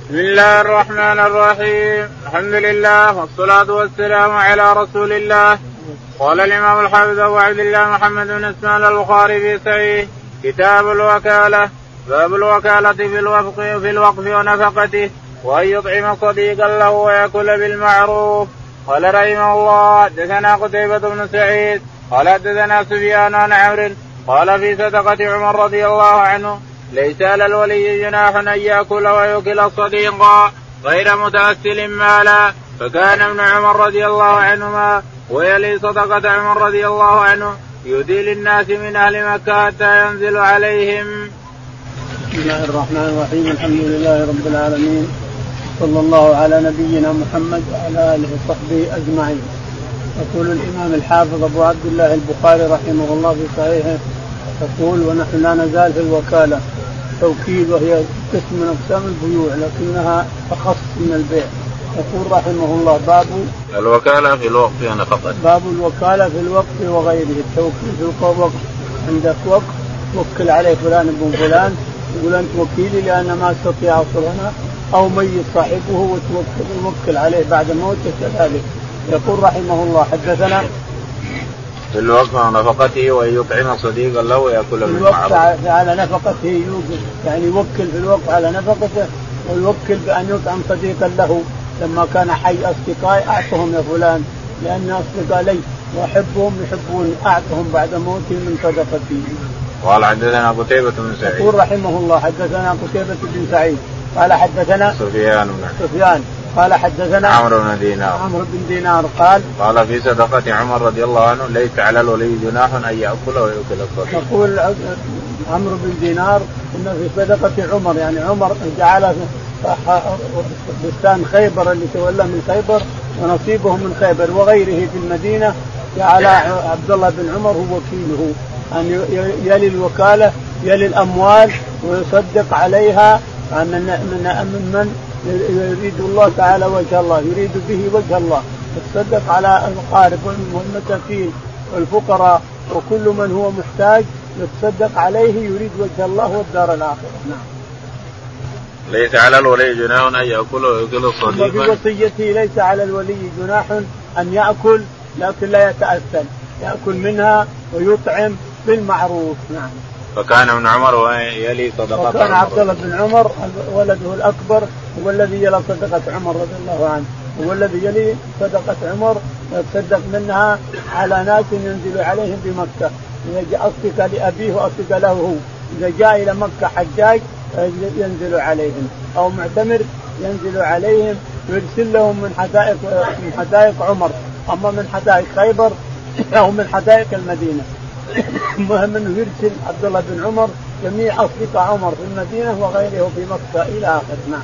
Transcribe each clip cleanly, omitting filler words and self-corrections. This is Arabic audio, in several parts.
بسم الله الرحمن الرحيم. الحمد لله والصلاة والسلام على رسول الله. قال الإمام الحافظ أبو عبد الله محمد بن إسماعيل البخاري في صحيح كتاب الوكالة باب الوكالة في الوقف ونفقته وأن يطعم صديقا له ويأكل بالمعروف. قال رحمه الله حدثنا قتيبة بن سعيد قال حدثنا سفيان عن عمرو قال في صدقة عمر رضي الله عنه ليس على الولي جناح أن يأكل ويوكل صديقا غير متأكل مالا. فكان ابن عمر رضي الله عنهما ويلي صدقة عمر رضي الله عنه يهدي للناس من أهل مكة حتى ينزل عليهم. بسم الله الرحمن الرحيم. الحمد لله رب العالمين صلى الله على نبينا محمد وعلى آله وصحبه أجمعين. يقول الإمام الحافظ أبو عبد الله البخاري رحمه الله في صحيحه يقول ونحن لا نزال في الوكالة توكيل وهي قسم من أقسام البيوع لكنها أخص من البيع. يقول رحمه الله باب الوكالة في الوقف ونفقته. باب الوكالة في الوقف وغيره. التوكيل في الوقف عندك وقف وكل عليه فلان ابن فلان يقول أنت وكيلي لأن ما استطيع أوصلنا أو ميت صاحبه وتوكل عليه بعد موته كذلك. يقول رحمه الله حدثنا في الوقف على نفقته وأن يطعم صديقا له ويأكل بالمعروف. على نفقته يعني يوكل في الوقف على نفقته ويوكل بأن يطعم صديقا له. لما كان حي أصدقائي أعطهم يا فلان لأن أصدقاء لي وأحبهم يحبون أعطهم بعد موتي من صدقتي. قال حدثنا قتيبة بن سعيد. يقول رحمه الله حدثنا قتيبة بن سعيد قال حدثنا سفيان قال حدثنا عمرو بن دينار قال في صدقة عمر رضي الله عنه ليس على الولي جناح أن يأكل ويأكل الصديق. يقول عمرو بن دينار إن في صدقة عمر يعني عمر جعل بستان خيبر اللي تولى من خيبر ونصيبه من خيبر وغيره في المدينة جعل عبد الله بن عمر هو وكيله أن يلي الوكالة يلي الأموال ويصدق عليها من يريد الله تعالى وجه الله يريد به وجه الله. يتصدق على الأقارب والمساكين والفقراء وكل من هو محتاج يتصدق عليه يريد وجه الله والدار الآخرة. نعم. ليس على الولي جناح أن يأكل ويأكل الصديق. في وصيته ليس على الولي جناح أن يأكل لكن لا يتأثل يأكل منها ويطعم بالمعروف. نعم. فكان ابن عمر يلي صدقة وكان عبد الله بن عمر ولده الأكبر هو الذي يلي صدقة عمر رضي الله عنه هو الذي يلي صدقة عمر يتصدق منها على ناس ينزل عليهم بمكة. إذا جاء أصدق لأبيه وأصدق له هو إذا جاء إلى مكة حجاج ينزل عليهم أو معتمر ينزل عليهم ويرسل لهم من حدائق عمر أما من حدائق خيبر أو من حدائق المدينة. المهم أنه يرسل عبد الله بن عمر جميع أصدقاء عمر في المدينة وغيره في مكة إلى آخر. نعم.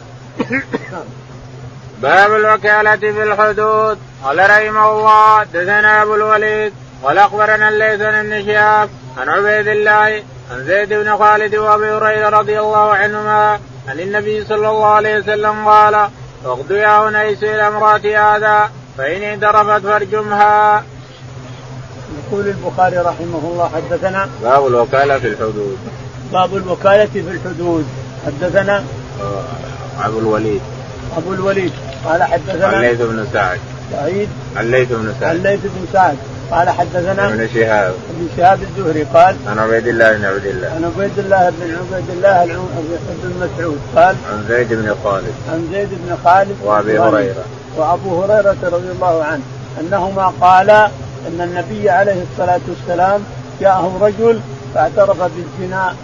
باب الوكالة في الحدود. قال رحمه الله حدثنا أبو الوليد قال أخبرنا الليث بن شهاب عن عبيد الله عن زيد بن خالد وأبي هريرة رضي الله عنهما عن النبي صلى الله عليه وسلم قال اغدوا يا أنيس إلى امرأة هذا فإن اعترفت فارجمها. يقول البخاري رحمه الله حدثنا باب الوكالة في الحدود. باب الوكالة في الحدود. حدثنا أبو الوليد قال حدثنا الليث بن سعد الليث بن سعد قال حدثنا ابن شهاب الزهري قال عن عبيد الله بن مسعود قال عن زيد بن خالد وأبو هريرة رضي الله عنه أنهما قالا أن النبي عليه الصلاة والسلام جاءه رجل فاعترف بالزنا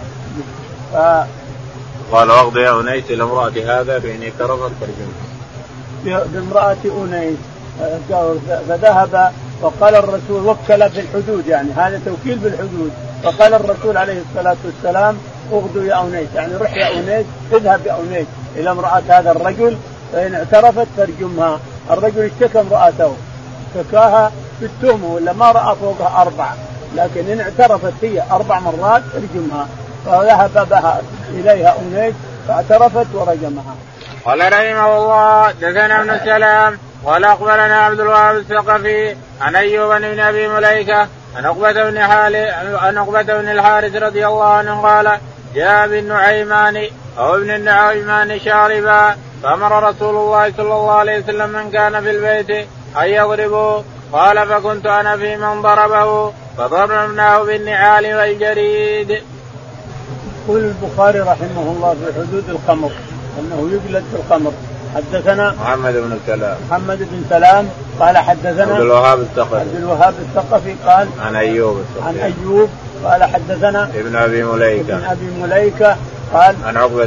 قال اغض يا أنيس إلى امرأة هذا فإن اعترفت فارجمها. بامرأة أنيس فذهب وقال الرسول وكل في الحدود يعني هذا توكيل بالحدود. فقال الرسول عليه الصلاة والسلام اغض يا أنيس يعني روح يا أنيس اذهب يا أنيس إلى امرأة هذا الرجل فإن اعترفت فارجمها. الرجل اشتكى امرأته شكاها بالتهمة ولا ما رأى فوقها 4 لكن إن اعترفت هي 4 مرات ارجمها. فذهب بها إليها أنيس فاعترفت ورجمها. قال رحمه الله دثنا ابن السلام قال أخبرنا عبد الوهاب الثقفي عن أيوب بن أبي مليكة عن عقبة بن الحارث رضي الله عنه قال جاء بالنعيمان أو ابن النعيمان شاربا. فأمر رسول الله صلى الله عليه وسلم من كان في البيت أن يضربه. قال فكنت أنا في من ضربه فضربناه بالنعال والجريد. يقول البخاري رحمه الله في حدود الخمر أنه يجلد في الخمر. حدثنا محمد بن سلام قال حدثنا عبد الوهاب الثقفي قال عن أيوب قال حدثنا ابن أبي مليكة قال عن عقبة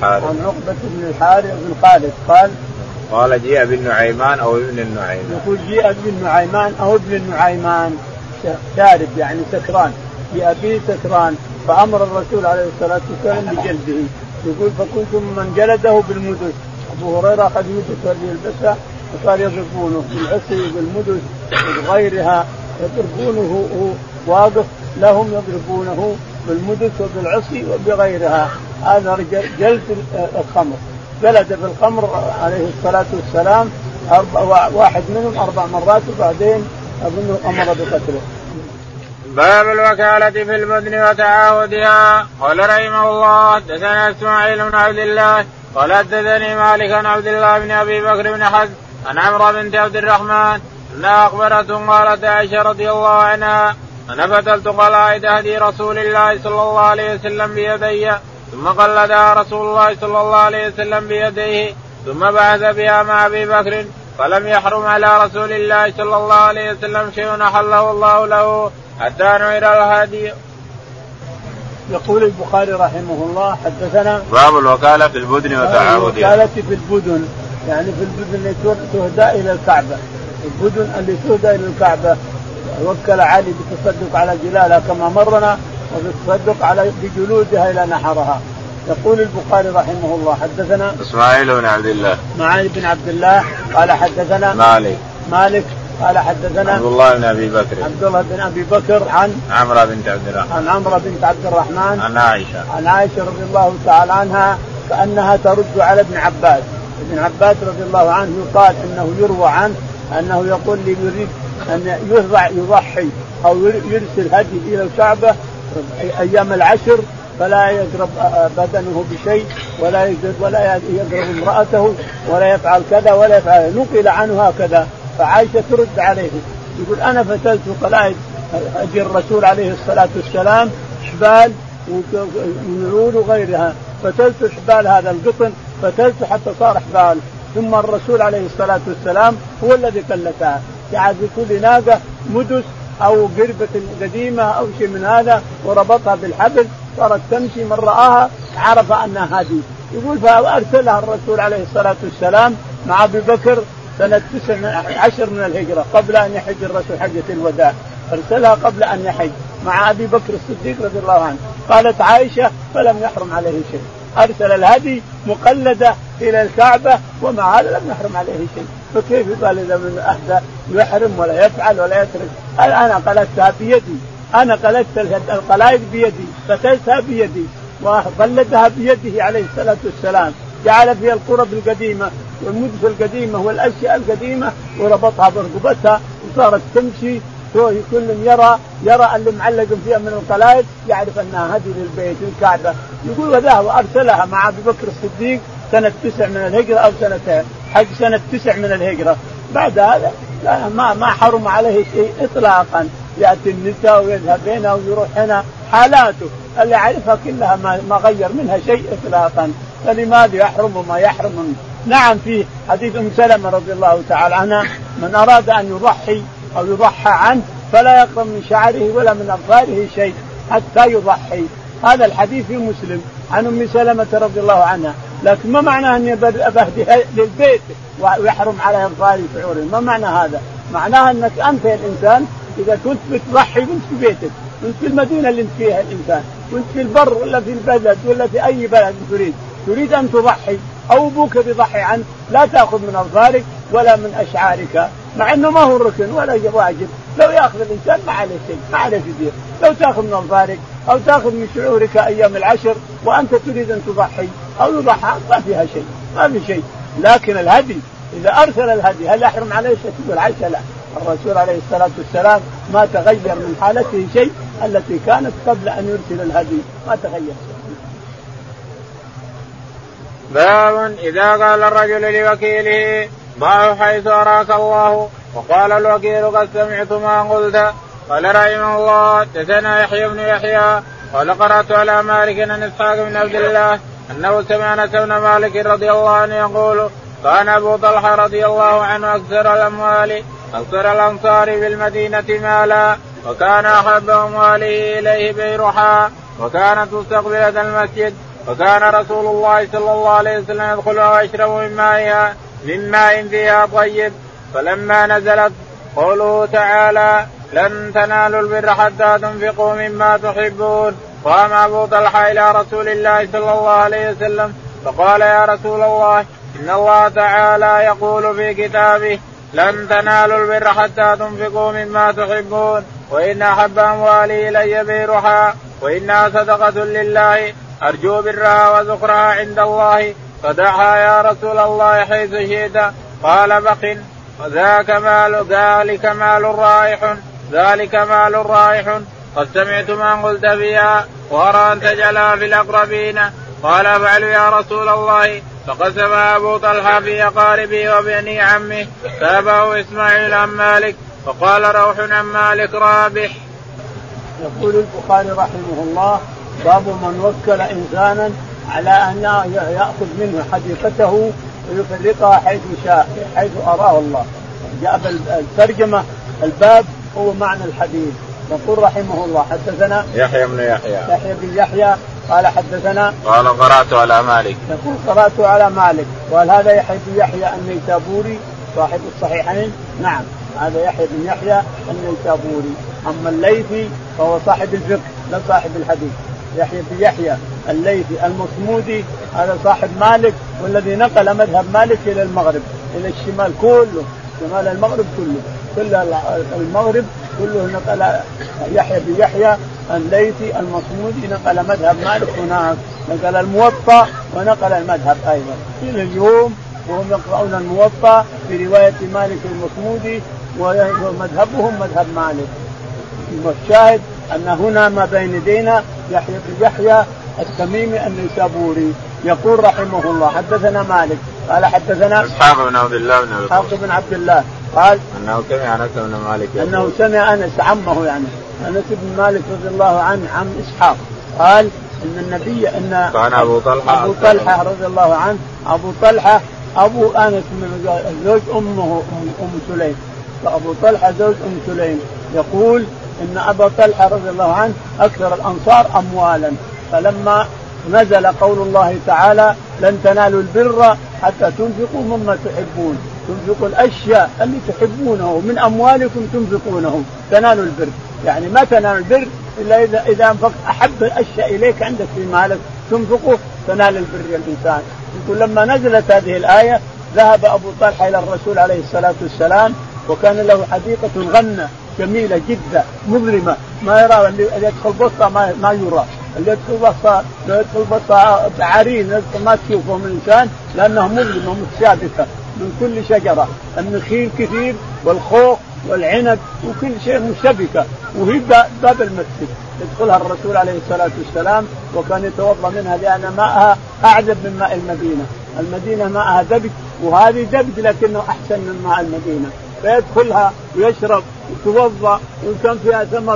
بن الحارث بن خالد قال جيء بالنعيمان أو ابن النعيمان. يقول جيء بالنعيمان أو ابن النعيمان شارب يعني سكران، جيء به سكران فأمر الرسول عليه الصلاة والسلام بجلده. يقول فكنت من جلده بالمدس. أبو هريرة أخذ مدس يلبسها وصار يضربونه بالعصي بالمدس وغيرها، يضربونه واقف لهم يضربونه بالمدس وبالعصي وبغيرها. هذا جلد الخمر، جلد بالخمر عليه الصلاة والسلام واحد منهم 4 مرات وبعدين أظنه أمر بقتله. باب الوكالة في البدن وتعاهدها. قال رحمه الله حدثنا إسماعيل بن عبد الله قال حدثني مالك عن عبد الله بن أبي بكر بن حزم عن عمرو بنت عبد الرحمن أنها أخبرته قالت عائشة رضي الله عنها أنا فتلت قلائد هدي رسول الله صلى الله عليه وسلم بيدي ثم قلدها رسول الله صلى الله عليه وسلم بيديه ثم بعث بها مع أبي بكر فلم يحرم على رسول الله صلى الله عليه وسلم شيء أحله الله له حتى نعر الهدي. يقول البخاري رحمه الله حدثنا باب الوكالة في البدن وتعاهدها. الوكالة في البدن يعني في البدن اللي تهدى إلى الكعبة، البدن اللي تهدى إلى الكعبة. وكل علي بالتصدق على جلالها كما مرنا وبالتصدق على بجلودها إلى نحرها. يقول البخاري رحمه الله حدثنا إسماعيل بن عبد الله قال حدثنا مالك قال حدثنا عبد الله بن أبي بكر عن عمرو بنت عبد الرحمن عن عائشة رضي الله تعالى عنها كأنها ترد على ابن عباس رضي الله عنه. يقال إنه يروى عنه أنه يقول لي يريد أن يضحي أو يرسل هدي إلى الكعبة أيام العشر فلا يقرب بدنه بشيء ولا يقرب امرأته ولا يفعل كذا ولا يفعل. نقل عنه هكذا. فعائشة ترد عليه يقول أنا فتلت قلائد هدي الرسول عليه الصلاة والسلام حبال ونعول وغيرها، فتلت حبال هذا القطن فتلت حتى صار حبال. ثم الرسول عليه الصلاة والسلام هو الذي قلتها، جعل بكل ناقة مدس أو قربة قديمة أو شيء من هذا وربطها بالحبل صارت تمشي. من رآها عرف أنها هذه. يقول فأرسلها الرسول عليه الصلاة والسلام مع أبي بكر سنة 19 من الهجرة قبل أن يحج الرسول حجة الوداع، أرسلها قبل أن يحج مع أبي بكر الصديق رضي الله عنه. قالت عائشة فلم يحرم عليه شيء، أرسل الهدي مقلدة إلى الكعبة ومع هذا لم يحرم عليه شيء. فكيف يقال إذا من أحد يحرم ولا يفعل ولا يترك؟ أنا قلدتها بيدي، أنا قلدت القلائد بيدي، فتلتها بيدي وقلدها بيده عليه الصلاة والسلام. جعل فيها القرب القديمة والمدف القديمة والأشياء القديمة وربطها برقبتها وصارت تمشي. كل يرى اللي معلق فيها من القلائد يعرف أنها هذه للبيت الكعبة. يقول وذا وأرسلها مع أبي بكر الصديق سنة 9 من الهجرة أو سنتين حج سنة 9 من الهجرة. بعد هذا ما حرم عليه شيء إطلاقا. يأتي النساء ويذهب هنا ويروح هنا، حالاته اللي يعرفها كلها ما غير منها شيء إطلاقا. فلماذا يحرم وما يحرم؟ نعم في حديث أم سلمة رضي الله تعالى عنها من أراد أن يضحي أو يضحى عنه فلا يقرب من شعره ولا من أظفاره شيء حتى يضحي. هذا الحديث في مسلم عن أم سلمة رضي الله عنها. لكن ما معنى أن أبهدي للبيت ويحرم على أظفاره شعوره؟ ما معنى هذا؟ معناها أنك أنت الإنسان إذا كنت بتضحي وانت في بيتك، وانت في المدينة اللي انت فيها الإنسان، وانت في البر ولا في البلد ولا في أي بلد تريد أن تضحي أو أبوك بضحي عنك، لا تأخذ من أظفارك ولا من أشعارك، مع أنه ما هو ركن ولا واجب. لو يأخذ الإنسان ما عليه شيء، ما عليه كثير. لو تأخذ من أظفارك أو تأخذ من شعورك أيام العشر وأنت تريد أن تضحي أو يضحى ما فيها شيء، ما في شيء. لكن الهدي إذا أرسل الهدي هل يحرم عليه شيء؟ تقول عائشة لا، الرسول عليه الصلاة والسلام ما تغير من حالته شيء التي كانت قبل أن يرسل الهدي، ما تغير شيء. باب إذا قال الرجل لوكيله ضعه حيث أراك الله وقال الوكيل قد سمعت ما قلت. قال رحمه الله حدثنا يحيى بن يحيى قال قرأت على مالك عن إسحاق بن عبد الله أنه سمع أنس بن مالك رضي الله عنه يقول كان أبو طلحة رضي الله عنه أكثر الأنصار بالمدينة مالا وكان أحب أمواله إليه بيرحاء وكانت مستقبلة المسجد وكان رسول الله صلى الله عليه وسلم يدخلها ويشرب من ماء فيها طيب. فلما نزلت قوله تعالى لن تنالوا البر حتى تنفقوا مما تحبون قام أبو طلحة إلى رسول الله صلى الله عليه وسلم فقال يا رسول الله إن الله تعالى يقول في كتابه لن تنالوا البر حتى تنفقوا مما تحبون وإن أحب أموالي إلي بيرها وإنها صدقة لله أرجو برها وذكرها عند الله فدعها يا رسول الله حيث شئت. قال بخ ذلك مال رائح قد سمعت ما قلت فيها وأرى أن تجعلها في الأقربين. قال افعل يا رسول الله. فقسم أبو طلحة في أقاربه وبني عمه تابعه إسماعيل عن مالك فقال روح عن مالك رابح. يقول البخاري رحمه الله باب من وكل إنسانا على أن يأخذ منه حديقته ويفرقها حيث شاء حيث أراه الله. جاء الترجمة الباب هو معنى الحديث. يقول رحمه الله حدثنا يحيى بن يحيى قال حدثنا قال قرأت على مالك. يقول قرأت على مالك. وقال هذا يحيى بن يحيى النيسابوري صاحب الصحيحين. نعم هذا يحيى بن يحيى النيسابوري. أما الليثي فهو صاحب الفقه لا صاحب الحديث. يحيى بن يحيى الليثي المصمودي هذا صاحب مالك والذي نقل مذهب مالك إلى المغرب إلى الشمال كله شمال المغرب كل المغرب كله نقل يحيى بن يحيى الليثي المصمودي نقل مذهب مالك هناك نقل الموطأ ونقل المذهب أيضا إلى اليوم وهم يقرؤون الموطأ في رواية مالك المصمودي ومذهبهم مذهب مالك. والشاهد أن هنا ما بين يدينا يحيى بن يحيى التميمي النيسابوري. يقول رحمه الله حدثنا مالك قال حدثنا إسحاق بن عبد الله قال أنه سمع أنس بن مالك أنه سمع أنس عمه يعني أنس بن مالك رضي الله عنه عم إسحاق قال إن النبي كان أبو طلحة رضي الله عنه أبو طلحة أبو أنس من زوج أمه أم سليم. فأبو طلحة زوج أم سليم يقول إن أبا طلحة رضي الله عنه أكثر الأنصار أموالا. فلما نزل قول الله تعالى لن تنالوا البر حتى تنفقوا مما تحبون تنفقوا الأشياء اللي تحبونه من أموالكم تنفقونه تنالوا البر. يعني ما تنالوا البر إلا إذا أنفقت أحب الأشياء إليك عندك في مالك تنفقه تنال البر يا الإنسان. يقول لما نزلت هذه الآية ذهب أبو طلحة إلى الرسول عليه الصلاة والسلام وكان له حديقة غنة جميلة جدا مظلمة ما يرى اللي يدخل بصة ما يرى اللي يدخل بصة بعارين ما تشوفه من الإنسان لأنه مظلمة متشابكة من كل شجرة النخيل كثير والخوخ والعنب وكل شيء مشتبكة وهي باب المسجد يدخلها الرسول عليه الصلاة والسلام وكان يتوضأ منها لأن ماءها أعذب من ماء المدينة ماءها دبج وهذه دبج لكنه أحسن من ماء المدينة فيدخلها ويشرب ويتوضأ وكان فيها ثمر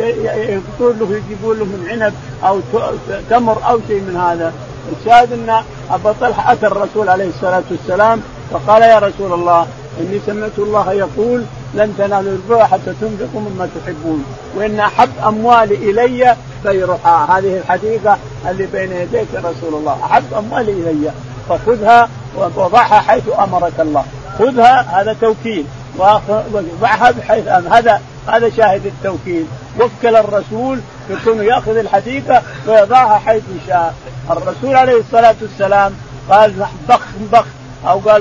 يقول له يجيبون له من عنب أو تمر أو شيء من هذا. الشاهد أن أبا طلحة أتى الرسول عليه الصلاة والسلام فقال يا رسول الله إني سمعت الله يقول لن تنالوا البر حتى تنفقوا مما تحبون وإن أحب أموالي إلي بيرها. هذه الحديقة اللي بين يديك يا رسول الله أحب أموالي إلي فخذها وضعها حيث أمرك الله. خذها هذا توكيل وضعها بحيث هذا شاهد التوكيل. وكل الرسول يكون يأخذ الحديقة ويضعها حيث شاء. الرسول عليه الصلاة والسلام قال بخ أو قال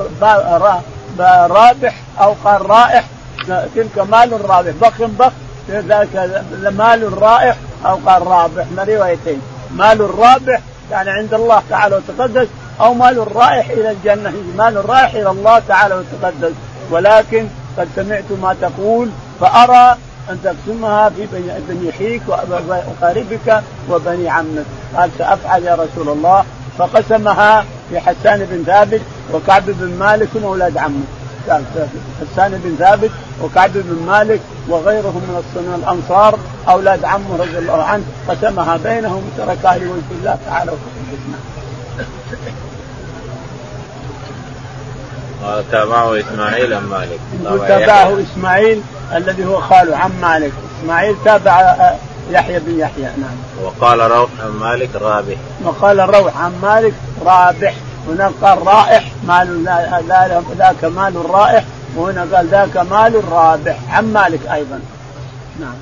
رابح أو قال رائح تلك مال رابح بخ ذلك مال رائح أو قال رابح من روايتين مال رابح يعني عند الله تعالى وتقدس أو مال رائح إلى الجنة مال رائح إلى الله تعالى وتقدس. ولكن قد سمعت ما تقول فأرى أن تقسمها في بني أخيك وقاربك وبني عمك. قال سأفعل يا رسول الله فقسمها لحسان بن ثابت وكعب بن مالك وأولاد عمه. حسان بن ثابت وكعب بن مالك وغيرهم من الأنصار أولاد عمه رضي الله عنه، قسمها بينهم وتركها لوجه الله تعالى وتقدسنا. تابعه إسماعيل عن مالك. تابعه إسماعيل الذي هو خاله عن مالك. إسماعيل تابع يحيى بن يحيى. نعم. وقال روح عن مالك رابح. وقال روح عن مالك رابح. هنا قال رائح مال ذاك مال رائح، وهنا قال ذاك مال رابح عن مالك أيضا. نعم.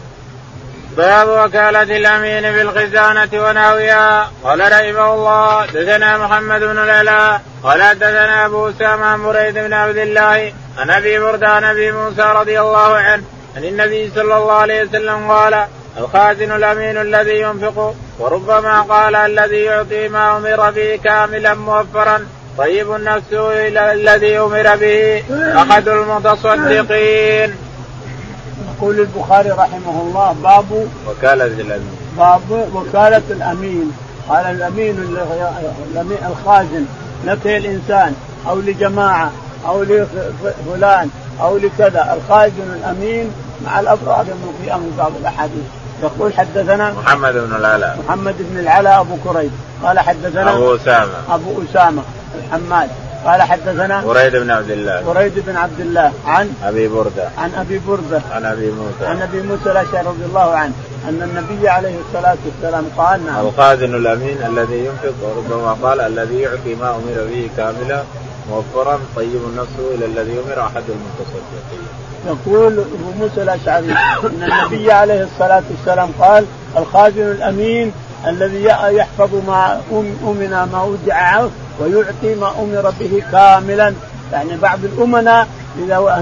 باب وكالة الأمين بالخزانة ونحوها. قال رحمه الله حدثنا محمد بن العلاء قال حدثنا أبو أسامة عن بريد بن عبد الله عن أبي بردة عن أبي موسى رضي الله عنه عن النبي صلى الله عليه وسلم قال الخازن الأمين الذي ينفق، وربما قال الذي يعطي ما أمر به كاملا موفرا طيب النفس إلى الذي أمر به أحد المتصدقين. يقول البخاري رحمه الله باب وكالة الأمين. باب وكالة الأمين. قال الأمين الخازن لك الإنسان أو لجماعة أو لفلان أو لكذا، الخازن الأمين مع الأفراد الموقية من بعض الأحاديث. يقول حدثنا محمد بن العلاء أبو كريب قال حدثنا أبو أسامة الحماد قال حدثنا بريد بن عبد الله عن أبي بردة عن أبي موسى الأشعري رضي الله عنه أن النبي عليه الصلاة والسلام قال الخازن الأمين الذي ينفق، وربما قال الذي يعطي ما أمر به كاملا موفرا طيب النفس إلى الذي أمر أحد المتصدقين. يقول أبو موسى الأشعري أن النبي عليه الصلاة والسلام قال الخازن الأمين الذي يحفظ ما أمنا ما أودع عنه ويعطي ما أمر به كاملا. يعني بعض الأمنا إذا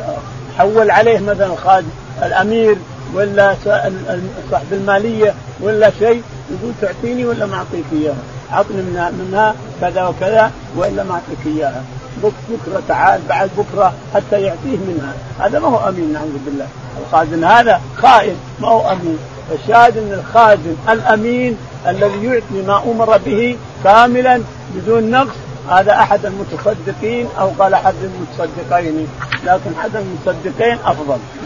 حول عليه مثلا الخازن الأمير ولا صاحب المالية ولا شيء يقول تعطيني ولا ما أعطيك إياها، عطني منها كذا وكذا وإلا ما أعطيك إياها، بكرة تعال بعد بكرة حتى يعطيه منها. هذا ما هو أمين نعوذ بالله. الخازن هذا خائن ما هو أمين. الشاهد أن الخازن الأمين الذي يعطي ما أمر به كاملا بدون نقص هذا أحد المتصدقين، أو قال أحد المتصدقين، لكن أحد المتصدقين أفضل.